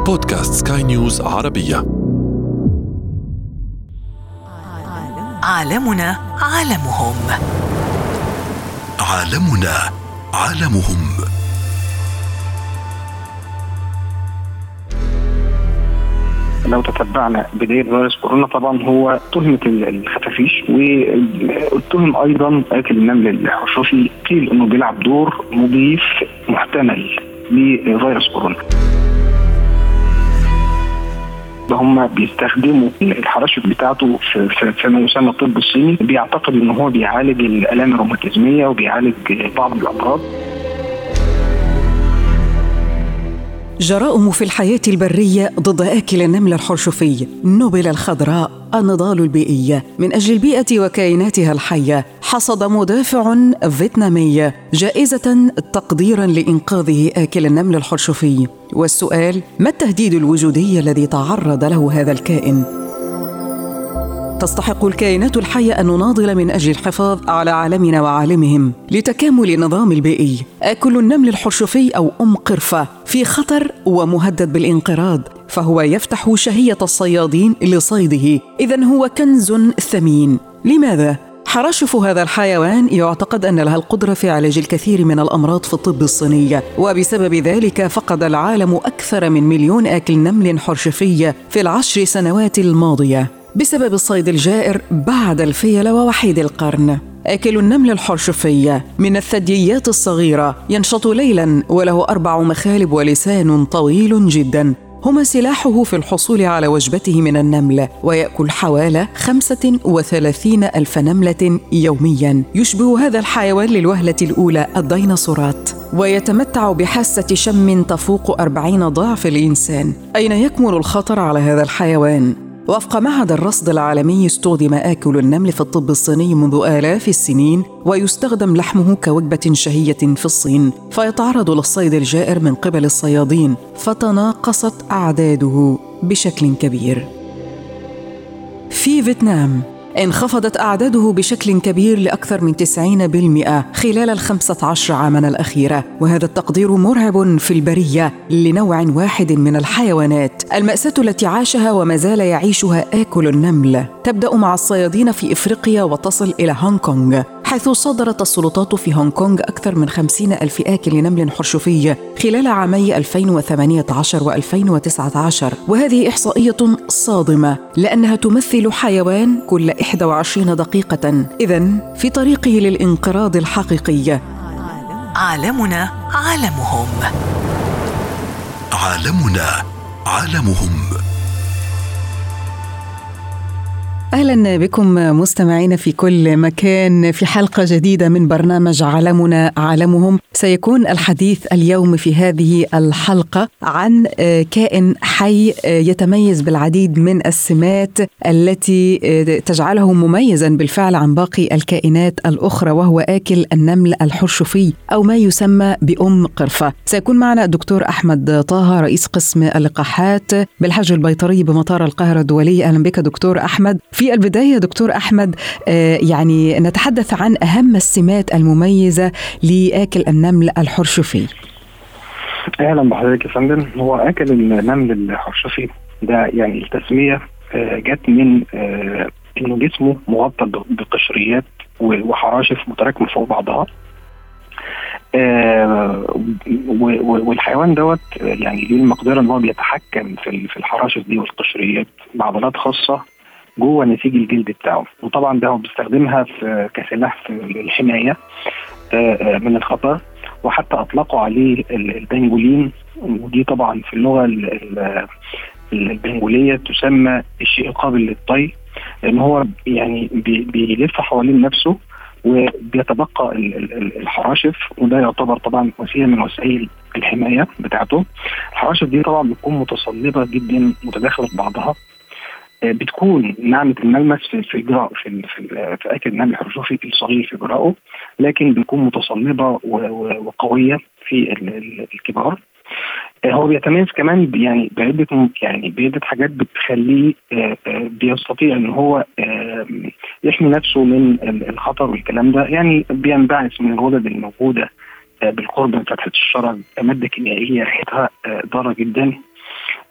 بودكاست سكاي نيوز عربية. عالمنا عالمهم. عالمنا عالمهم. لو تتبعنا بداية فيروس كورونا طبعا هو تهمة الخفافيش، واتهم أيضا آكل النمل الحرشفي، قيل إنه بيلعب دور مضيف محتمل لفيروس كورونا. هم بيستخدموا الحراشف بتاعته في ما يسمى الطب الصيني، بيعتقد إنه هو بيعالج الآلام الروماتيزمية وبيعالج بعض الأمراض. جرائم في الحياة البرية ضد آكل النمل الحرشفي. نوبل الخضراء النضال البيئي من أجل البيئة وكائناتها الحية. حصد مدافع فيتنامي جائزة تقديرا لإنقاذه آكل النمل الحرشفي. والسؤال: ما التهديد الوجودي الذي تعرض له هذا الكائن؟ تستحق الكائنات الحية أن نناضل من أجل الحفاظ على عالمنا وعالمهم لتكامل النظام البيئي. آكل النمل الحرشفي أو قرفة في خطر ومهدد بالانقراض، فهو يفتح شهية الصيادين لصيده، إذن هو كنز ثمين. لماذا؟ حراشف هذا الحيوان يعتقد أن لها القدرة في علاج الكثير من الأمراض في الطب الصيني، وبسبب ذلك فقد العالم أكثر من 1,000,000 آكل نمل حرشفي في ال10 سنوات الماضية بسبب الصيد الجائر بعد الفيلة ووحيد القرن. آكل النمل الحرشفي من الثدييات الصغيرة، ينشط ليلاً وله 4 مخالب ولسان طويل جداً، هما سلاحه في الحصول على وجبته من النمل، ويأكل حوالي 35,000 نملة يومياً. يشبه هذا الحيوان للوهلة الأولى الديناصورات، ويتمتع بحاسة شم تفوق 40 ضعف الإنسان. أين يكمن الخطر على هذا الحيوان؟ وفق معهد الرصد العالمي، استخدم آكل النمل في الطب الصيني منذ آلاف السنين، ويستخدم لحمه كوجبة شهية في الصين، فيتعرض للصيد الجائر من قبل الصيادين، فتناقصت أعداده بشكل كبير. في فيتنام انخفضت أعداده بشكل كبير لأكثر من 90% خلال 15 عاماً الأخيرة، وهذا التقدير مرعب في البرية لنوع واحد من الحيوانات. المأساة التي عاشها وما زال يعيشها آكل النمل تبدأ مع الصيادين في إفريقيا وتصل إلى هونغ كونغ، حيث صدرت السلطات في هونغ كونغ أكثر من 50,000 آكل نمل حرشفي خلال عامي 2018 و2019، وهذه إحصائية صادمة لأنها تمثل حيوان كل 21 دقيقة، إذن في طريقه للانقراض الحقيقي. عالمنا عالمهم. عالمنا عالمهم. أهلا بكم مستمعين في كل مكان في حلقة جديدة من برنامج عالمنا عالمهم. سيكون الحديث اليوم في هذه الحلقة عن كائن حي يتميز بالعديد من السمات التي تجعله مميزا بالفعل عن باقي الكائنات الأخرى، وهو آكل النمل الحرشفي أو ما يسمى قرفة. سيكون معنا الدكتور أحمد طه، رئيس قسم اللقاحات بالحج البيطري بمطار القاهرة الدولي. أهلا بك دكتور أحمد. في البداية دكتور أحمد، يعني نتحدث عن أهم السمات المميزة لآكل النمل الحرشفي. أهلا بحضرتك يا فندم. هو آكل النمل الحرشفي ده يعني التسمية جت من إنه جسمه مغطى بقشريات وحراشف متراكمة فوق بعضها، والحيوان دوت يعني ليه المقدرة إن هو بيتحكم في الحراشف دي والقشريات بعضلات خاصة جوه نسيج الجلد بتاعه، وطبعا ده هو بيستخدمها كسلاح في الحماية من الخطر، وحتى أطلقوا عليه البنجولين، ودي طبعا في اللغة البنجولية تسمى الشيء القابل للطي، لأن هو يعني بيلف حوالين نفسه وبيتبقى الحراشف، وده يعتبر طبعا وسيلة من وسائل الحماية بتاعته. الحراشف دي طبعا بتكون متصلبة جدا متداخلة في بعضها، بتكون ناعمة الملمس في إجراء في آكل النمل الحرشفي الصغير في إجراءه، لكن بتكون متصلبة وقوية في الكبار. هو بيتميز كمان يعني بعدة حاجات بتخليه بيستطيع ان هو يحمي نفسه من الخطر والكلام ده. يعني بينبعث من الغدد الموجودة بالقرب من فتحة الشرج مادة كيميائية ريحتها ضارة جدا،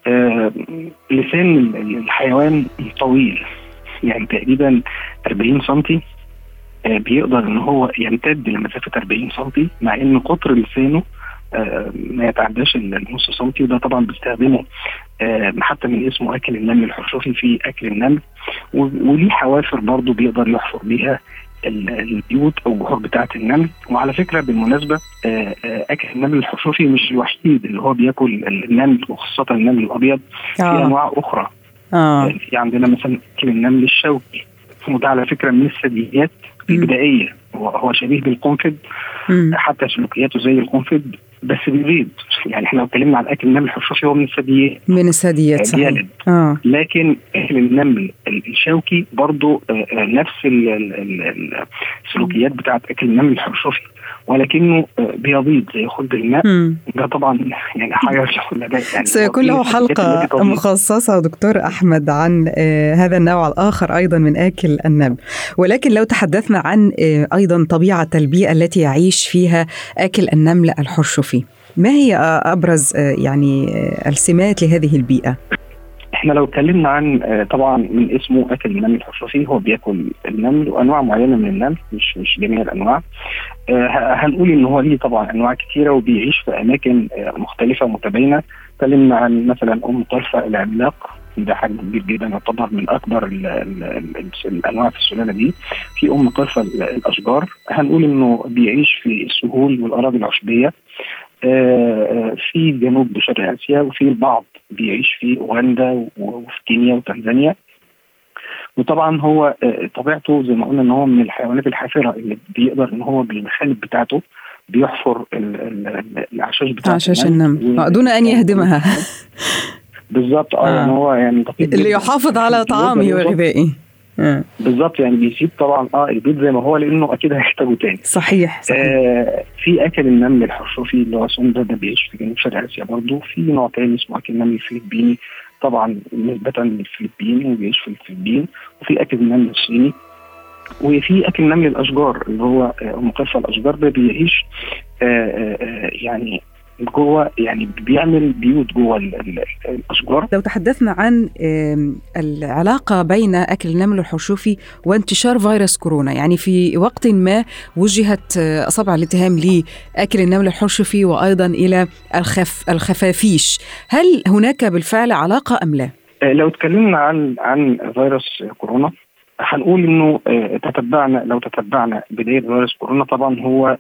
لسان الحيوان طويل، يعني تقريبا 40 سنتي. بيقدر ان هو يمتد لمسافه 40 سنتي، مع ان قطر لسانه ما يتعداش النص سنتي. وده طبعا بيستخدمه حتى من اسمه اكل النمل الحرشفي في اكل النمل. وليه حوافر برضه بيقدر يحفر بيها البيوت او الجحور بتاعه النمل. وعلى فكره بالمناسبه اكل النمل الحرشفي مش الوحيد اللي هو بياكل النمل، وخاصه النمل الابيض. في انواع اخرى. في عندنا مثلا اكل النمل الشوكي، وده على فكره من الثدييات البدائيه. هو شبيه بالقنفذ، حتى سلوكياته زي القنفذ بس بيبيض. يعني احنا لو اتكلمنا عن اكل النمل الحرشفي هو من الثدييات صحيح. لكن اكل النمل الشوكي برضو نفس السلوكيات بتاعت اكل النمل الحرشفي، ولكنه بيبيض زي خلد الماء. ده طبعا يعني حاجه يعني سيكون له حلقه مخصصه دكتور احمد عن هذا النوع الاخر ايضا من اكل النمل. ولكن لو تحدثنا عن ايضا طبيعه البيئه التي يعيش فيها اكل النمل الحرشفي، ما هي ابرز يعني السمات لهذه البيئه؟ احنا لو اتكلمنا عن طبعا من اسمه اكل النمل الحرشفي، هو بياكل النمل وانواع معينه من النمل، مش جميع الانواع. هنقول ان هو ليه طبعا انواع كثيره وبيعيش في اماكن مختلفه متباينه. اتكلمنا عن مثلا قرفة العملاق، ده حجم كبير جدا، يعتبر من اكبر الانواع في السلاله دي. في قرفة الاشجار، هنقول انه بيعيش في السهول والاراضي العشبيه في جنوب شرق اسيا، وفي البعض بيعيش في اوغندا وفي كينيا وتنزانيا. وطبعا هو طبيعته زي ما قلنا ان هو من الحيوانات الحافره اللي بيقدر ان هو بالمخالب بتاعته بيحفر الاعشاش بتاعته، اعشاش النمل دون ان يهدمها. بالظبط. يعني هو يعني اللي يحافظ على طعامه وغذائه. بالظبط، يعني بيسيب طبعا البيض زي ما هو، لانه اكيد هيحتاجه تاني. صحيح. في اكل النمل الحرشفي اللي هو سوندا، ده بيعيش في جنوب شرق اسيا برضه. في نوع تاني اسمه اكل النمل الفلبيني، طبعا نسبة للفلبين وبيعيش في الفلبين. وفي اكل النمل الصيني، وفي اكل نمل الاشجار اللي هو قرفة الاشجار، ده بيعيش يعني جوه، يعني بيعمل بيوت جوه الاشجار. لو تحدثنا عن العلاقه بين اكل النمل الحرشفي وانتشار فيروس كورونا، يعني في وقت ما وجهت اصابع الاتهام لاكل النمل الحرشفي وايضا الى الخفافيش، هل هناك بالفعل علاقه ام لا؟ لو تكلمنا عن فيروس كورونا، هنقول انه لو تتبعنا بدايه فيروس كورونا، طبعا هو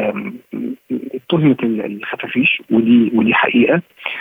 اتهمة الخفافيش، ودي حقيقه.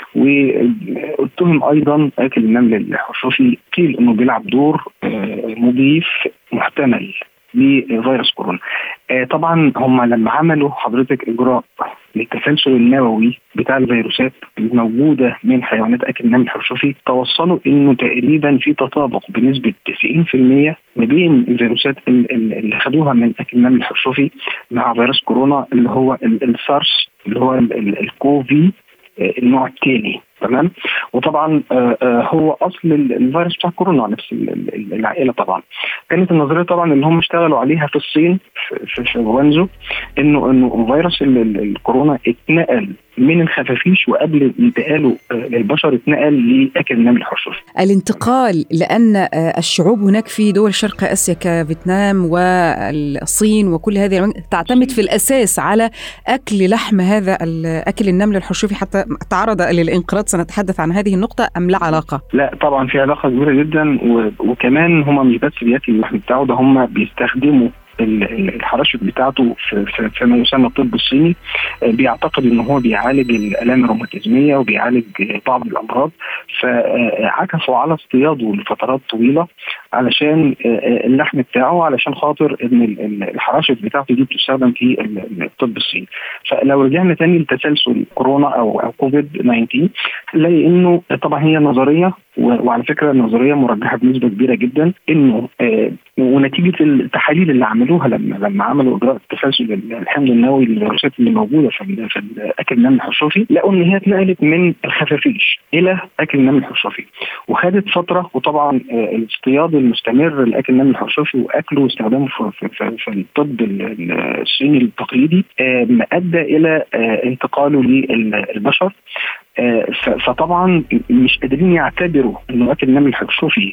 واتهم ايضا اكل النمل الحرشفي، قيل انه بيلعب دور مضيف محتمل لفيروس كورونا. طبعا هم لما عملوا حضرتك اجراء للتسلسل النووي بتاع الفيروسات الموجوده من حيوانات اكل النمل الحرشفي، توصلوا انه تقريبا في تطابق بنسبه 90% ما بين الفيروسات اللي خدوها من اكل النمل الحرشفي مع فيروس كورونا، اللي هو السارس، اللي هو الكوفي النوع الثاني. تمام. وطبعا هو اصل الفيروس بتاع كورونا نفس العائله. طبعا كانت النظريه طبعا اللي هم اشتغلوا عليها في الصين في غوانزو، انه فيروس الكورونا اتنقل من الخفافيش، وقبل انتقاله للبشر اتنقل لاكل النمل الحرشفي. الانتقال لان الشعوب هناك في دول شرق اسيا كفيتنام والصين وكل هذه تعتمد في الاساس على اكل لحم هذا اكل النمل الحرشفي حتى تعرض للانقراض. سنتحدث عن هذه النقطة أم لا علاقة؟ لا طبعا في علاقة كبيرة جدا. وكمان هم مش بس بياكلوا اللحم بتاعه، ده هم بيستخدموا الحراشف بتاعته في ما يسمى الطب الصيني. بيعتقد ان هو بيعالج الالام الروماتيزميه وبيعالج بعض الامراض، فعكفوا على اصطياده لفترات طويله علشان اللحم بتاعه، علشان خاطر ان الحراشف بتاعته دي بتستخدم في الطب الصيني. فلو رجعنا تاني لتسلسل كورونا او كوفيد 19، هنلاقي انه طبعا هي نظريه، وعلى فكره النظريه مرجحه بنسبه كبيره جدا، انه ونتيجه التحاليل اللي عملوها لما عملوا اجراء التسلسل الحمض النووي للفيروسات اللي موجوده في اكل النمل الحرشفي، لقوا ان هي اتنقلت من الخفافيش الى اكل النمل الحرشفي، وخدت فتره. وطبعا الاصطياد المستمر لاكل النمل الحرشفي واكله واستخدامه في الطب الصيني التقليدي ادى الى انتقاله للبشر. فطبعا مش قادرين يعتبروا انه اكل النمل الحرشفي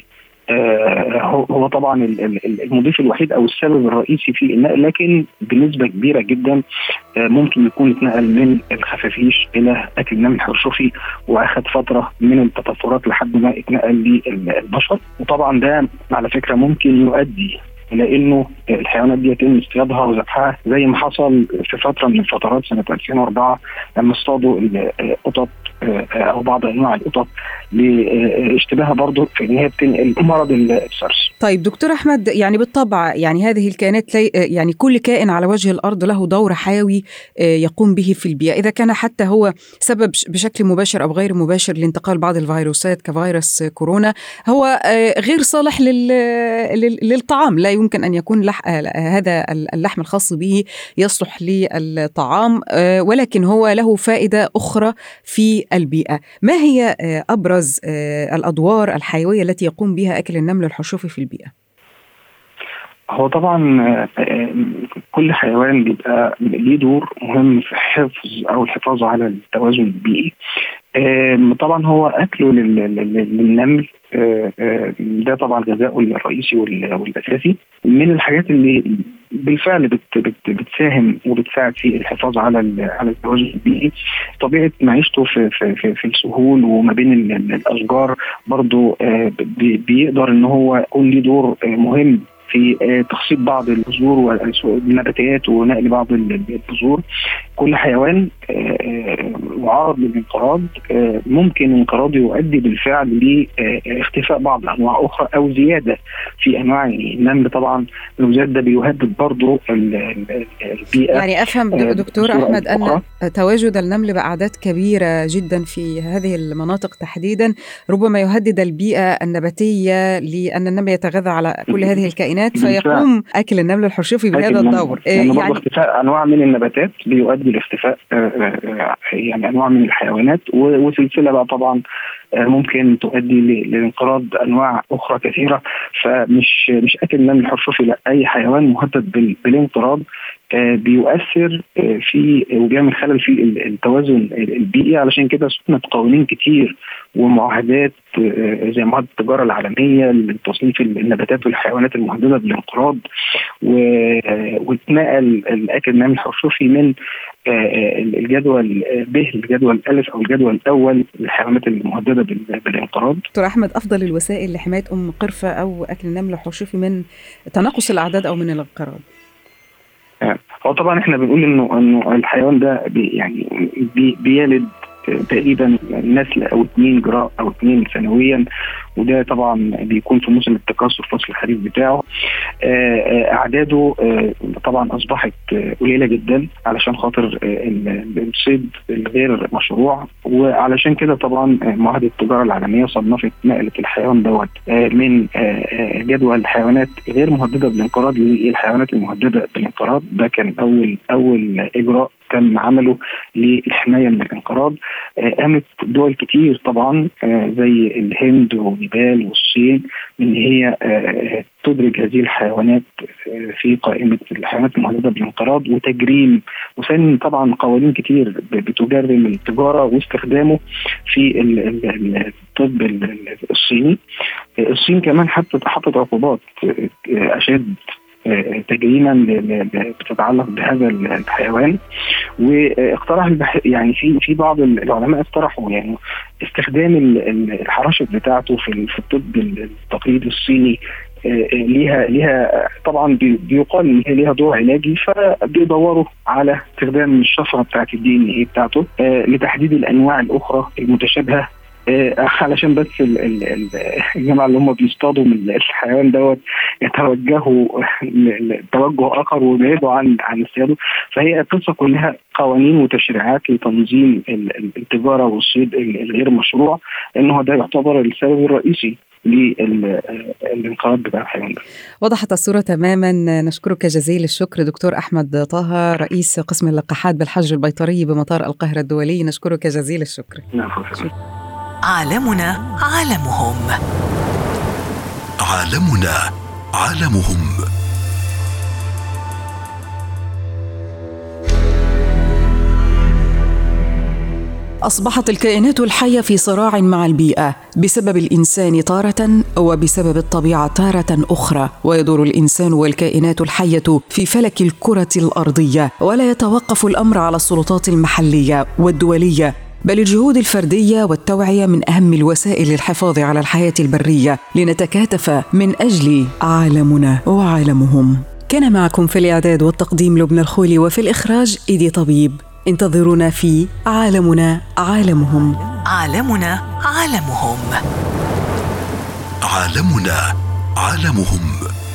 هو طبعا المضيف الوحيد او السبب الرئيسي في النقل، لكن بنسبه كبيره جدا ممكن يكون اتنقل من الخفافيش الى اكل النمل الحرشفي، واخذ فتره من التطورات لحد ما اتنقل للبشر. وطبعا ده على فكره ممكن يؤدي الى انه الحيوانات دي يتم اصطيادها وذبحها، زي ما حصل في فتره من الفترات سنه 2004 لما اصطادوا القطط او بعض انواع القطط لاشتباهها برضه في ان هي بتنقل مرض السارس. طيب دكتور احمد، يعني بالطبع يعني هذه الكائنات يعني كل كائن على وجه الارض له دور حيوي يقوم به في البيئه، اذا كان حتى هو سبب بشكل مباشر او غير مباشر لانتقال بعض الفيروسات كفيروس كورونا، هو غير صالح للطعام، لا يمكن ان يكون هذا اللحم الخاص به يصلح للطعام، ولكن هو له فائده اخرى في البيئه. ما هي ابرز الادوار الحيويه التي يقوم بها اكل النمل الحرشفي في البيئه؟ هو طبعا كل حيوان بيبقى ليه دور مهم في الحفاظ على التوازن البيئي. طبعا هو اكله للنمل ده طبعا غذائه الرئيسي والاساسي. من الحاجات اللي بالفعل بتساهم وبتساعد في الحفاظ على التوازن البيئي طبيعه معيشته في السهول وما بين الاشجار، برضو بيقدر ان هو يكون له دور مهم في تخصيب بعض البذور والنباتات ونقل بعض البذور. كل حيوان معرض للانقراض، ممكن انقراضه يؤدي بالفعل لاختفاء بعض انواع اخرى او زياده في انواع. النمل طبعا لو زاد ده بيهدد برضه البيئه. يعني افهم دكتور احمد ان تواجد النمل باعداد كبيره جدا في هذه المناطق تحديدا ربما يهدد البيئه النباتيه، لان النمل يتغذى على كل هذه الكائنات فيقوم اكل النمل الحرشفي بهذا الدور. يعني اختفاء انواع من النباتات بيؤدي لاختفاء يعني انواع من الحيوانات، وسلسله بقى طبعا ممكن تؤدي لانقراض انواع اخرى كثيره. فمش اكل النمل الحرشفي، لا، اي حيوان مهدد بالانقراض بيؤثر في وبيعمل خلل في التوازن البيئي. علشان كده سنت قوانين كتير ومعاهدات زي معاهدة التجارة العالمية لتصنيف النباتات والحيوانات المهددة بالانقراض، واتنقل الأكل النمل الحرشفي من الجدول ب الجدول ألف أو الجدول الأول للحيوانات المهددة بالانقراض. دكتور أحمد، أفضل الوسائل لحماية قرفة أو أكل النمل الحرشفي من تناقص الأعداد أو من الانقراض؟ هو طبعا احنا بنقول انه الحيوان ده بيلد تقريبا نسل او 2 جراء او 2 سنويا، وده طبعا بيكون في موسم التكاثر فصل الخريف بتاعه. اعداده طبعا اصبحت قليله جدا علشان خاطر الصيد الغير مشروع، وعلشان كده طبعا معاهده التجاره العالميه صنفت نقله الحيوان دوت من جدول الحيوانات غير مهدده بالانقراض للحيوانات المهدده بالانقراض. ده كان اول اجراء تم عمله للحمايه من الانقراض. قامت دول كتير طبعا زي الهند ونيبال والصين ان هي تدرج هذه الحيوانات في قائمه الحيوانات المهدده بالانقراض، وتجريم وسن طبعا قوانين كتير بتجرم التجاره واستخدامه في الطب الصيني. الصين كمان حطت عقوبات اشد تجريما بتتعلق بهذا الحيوان، واقترح يعني في بعض العلماء اقترحوا يعني استخدام الحراشف بتاعته في الطب التقليدي الصيني. ليها طبعا بيقال ان هي ليها دور علاجي، فبيدوروا على استخدام الشفره بتاعت الDNA بتاعته لتحديد الانواع الاخرى المتشابهه، علشان بس الجماعه اللي هم بيصطادوا من الحيوان دوت يتوجهوا لتوجه اخر ويبعدوا عن اصطياده. فهي القصه كلها قوانين وتشريعات لتنظيم التجاره والصيد الغير مشروع، انه ده يعتبر السبب الرئيسي للانقراض بتاع الحيوان ده. وضحت الصورة تماما. نشكرك جزيل الشكر دكتور أحمد طه، رئيس قسم اللقاحات بالحجر البيطري بمطار القاهرة الدولي. نشكرك جزيل الشكر. عالمنا عالمهم. عالمنا عالمهم. أصبحت الكائنات الحية في صراع مع البيئة بسبب الإنسان تارة وبسبب الطبيعة تارة أخرى، ويدور الإنسان والكائنات الحية في فلك الكرة الأرضية، ولا يتوقف الأمر على السلطات المحلية والدولية، بل الجهود الفردية والتوعية من أهم الوسائل للحفاظ على الحياة البرية، لنتكاتف من أجل عالمنا وعالمهم. كان معكم في الإعداد والتقديم لبنى الخولي، وفي الإخراج إيدي طبيب. انتظرونا في عالمنا عالمهم. عالمنا عالمهم. عالمنا عالمهم.